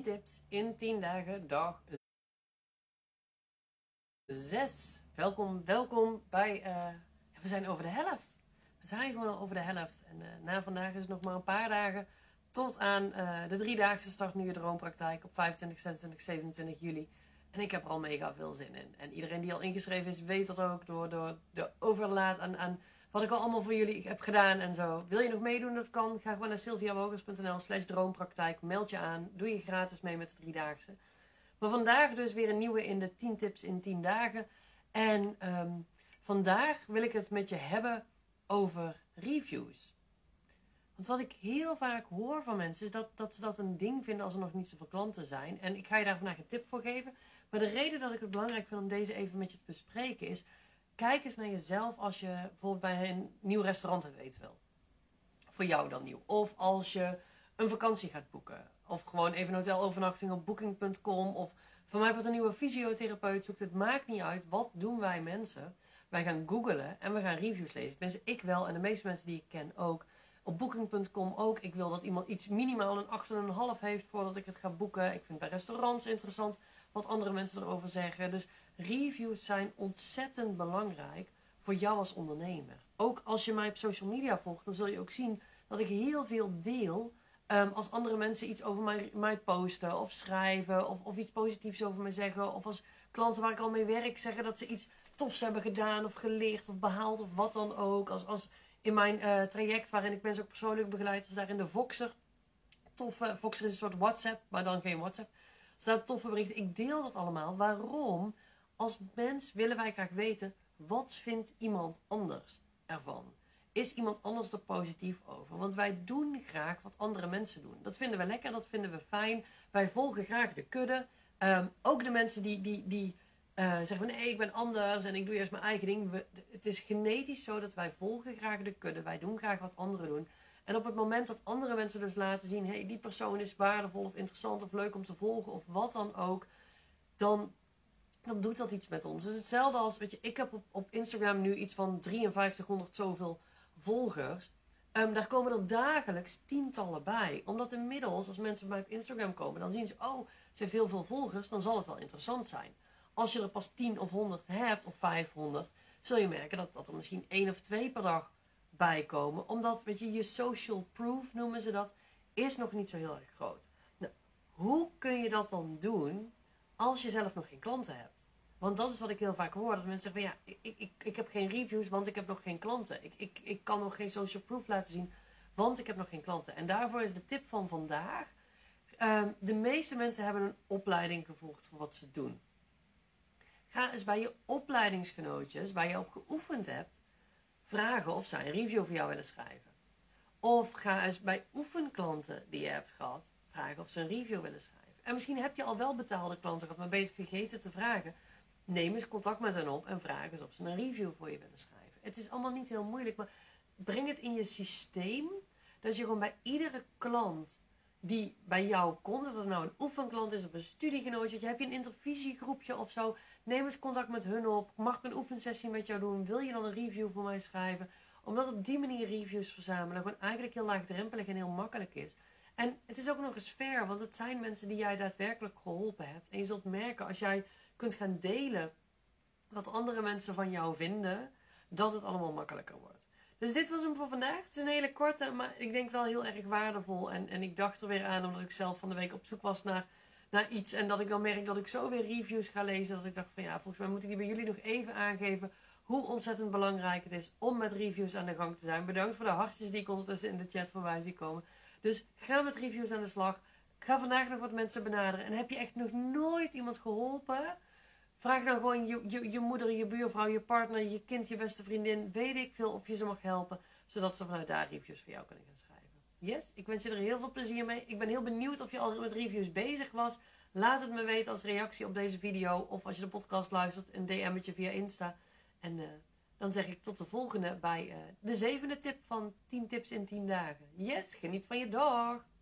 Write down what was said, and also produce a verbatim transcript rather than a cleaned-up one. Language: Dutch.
tips in tien dagen, dag zes. Welkom, welkom bij, uh, we zijn over de helft. We zijn gewoon al over de helft. En uh, na vandaag is het nog maar een paar dagen tot aan uh, de driedaagse start nu je droompraktijk op vijfentwintig, zesentwintig, zevenentwintig juli. En ik heb er al mega veel zin in. En iedereen die al ingeschreven is, weet dat ook door, door de overlaat aan, aan wat ik al allemaal voor jullie heb gedaan en zo. Wil je nog meedoen? Dat kan. Ga gewoon naar sylviawogers.nl slash droompraktijk. Meld je aan. Doe je gratis mee met de driedaagse. Maar vandaag dus weer een nieuwe in de tien tips in tien dagen. En um, vandaag wil ik het met je hebben over reviews. Want wat ik heel vaak hoor van mensen is dat, dat ze dat een ding vinden als er nog niet zoveel klanten zijn. En ik ga je daar vandaag een tip voor geven. Maar de reden dat ik het belangrijk vind om deze even met je te bespreken is... Kijk eens naar jezelf als je bijvoorbeeld bij een nieuw restaurant uit eten wil. Voor jou dan nieuw. Of als je een vakantie gaat boeken. Of gewoon even een hotelovernachting op booking punt com. Of voor mij wat een nieuwe fysiotherapeut zoekt. Het maakt niet uit. Wat doen wij mensen? Wij gaan googlen en we gaan reviews lezen. Tenminste, ik wel en de meeste mensen die ik ken ook. Op booking punt com ook. Ik wil dat iemand iets minimaal een acht komma vijf heeft voordat ik het ga boeken. Ik vind bij restaurants interessant wat andere mensen erover zeggen. Dus reviews zijn ontzettend belangrijk voor jou als ondernemer. Ook als je mij op social media volgt, dan zul je ook zien dat ik heel veel deel. Um, als andere mensen iets over mij, mij posten of schrijven of, of iets positiefs over me zeggen. Of als klanten waar ik al mee werk zeggen dat ze iets tofs hebben gedaan of geleerd of behaald of wat dan ook. Als, als in mijn uh, traject waarin ik mensen ook persoonlijk begeleid, als daar in de Voxer. Toffe, Voxer is een soort WhatsApp, maar dan geen WhatsApp. Er staan toffe berichten. Ik deel dat allemaal. Waarom? Als mens willen wij graag weten, wat vindt iemand anders ervan? Is iemand anders er positief over? Want wij doen graag wat andere mensen doen. Dat vinden we lekker, dat vinden we fijn. Wij volgen graag de kudde. Um, ook de mensen die, die, die uh, zeggen van nee, ik ben anders en ik doe eerst mijn eigen ding. We, het is genetisch zo dat wij volgen graag de kudde. Wij doen graag wat anderen doen. En op het moment dat andere mensen dus laten zien, hey, die persoon is waardevol of interessant of leuk om te volgen of wat dan ook, dan, dan doet dat iets met ons. Het is hetzelfde als, weet je, ik heb op, op Instagram nu iets van vierduizend zoveel volgers. Um, daar komen er dagelijks tientallen bij. Omdat inmiddels, als mensen bij mij op Instagram komen, dan zien ze, oh, ze heeft heel veel volgers, dan zal het wel interessant zijn. Als je er pas tien of honderd hebt, of vijfhonderd, zul je merken dat, dat er misschien één of twee per dag bijkomen. Omdat, weet je, je social proof noemen ze dat, is nog niet zo heel erg groot. Nou, hoe kun je dat dan doen als je zelf nog geen klanten hebt? Want dat is wat ik heel vaak hoor. Dat mensen zeggen van ja, ik, ik, ik heb geen reviews, want ik heb nog geen klanten. Ik, ik, ik kan nog geen social proof laten zien, want ik heb nog geen klanten. En daarvoor is de tip van vandaag. Um, de meeste mensen hebben een opleiding gevolgd voor wat ze doen. Ga eens bij je opleidingsgenootjes, waar je op geoefend hebt, vragen of zij een review voor jou willen schrijven. Of ga eens bij oefenklanten die je hebt gehad, vragen of ze een review willen schrijven. En misschien heb je al wel betaalde klanten gehad, maar ben je het vergeten te vragen. Neem eens contact met hen op en vraag eens of ze een review voor je willen schrijven. Het is allemaal niet heel moeilijk, maar breng het in je systeem. Dat je gewoon bij iedere klant die bij jou komt, of het nou een oefenklant is of een studiegenootje, heb je een intervisiegroepje of zo, neem eens contact met hun op. Mag ik een oefensessie met jou doen? Wil je dan een review voor mij schrijven? Omdat op die manier reviews verzamelen gewoon eigenlijk heel laagdrempelig en heel makkelijk is. En het is ook nog eens fair, want het zijn mensen die jij daadwerkelijk geholpen hebt. En je zult merken, als jij kunt gaan delen wat andere mensen van jou vinden, dat het allemaal makkelijker wordt. Dus dit was hem voor vandaag. Het is een hele korte, maar ik denk wel heel erg waardevol. En, en ik dacht er weer aan, omdat ik zelf van de week op zoek was naar, naar iets. En dat ik dan merk dat ik zo weer reviews ga lezen. Dat ik dacht van ja, volgens mij moet ik die bij jullie nog even aangeven. Hoe ontzettend belangrijk het is om met reviews aan de gang te zijn. Bedankt voor de hartjes die ik ondertussen in de chat voorbij zie komen. Dus ga met reviews aan de slag. Ga vandaag nog wat mensen benaderen. En heb je echt nog nooit iemand geholpen? Vraag dan gewoon je, je, je moeder, je buurvrouw, je partner, je kind, je beste vriendin. Weet ik veel of je ze mag helpen. Zodat ze vanuit daar reviews voor jou kunnen gaan schrijven. Yes, ik wens je er heel veel plezier mee. Ik ben heel benieuwd of je al met reviews bezig was. Laat het me weten als reactie op deze video. Of als je de podcast luistert, een D M'tje via Insta. En uh, dan zeg ik tot de volgende bij uh, de zevende tip van tien tips in tien dagen. Yes, geniet van je dag!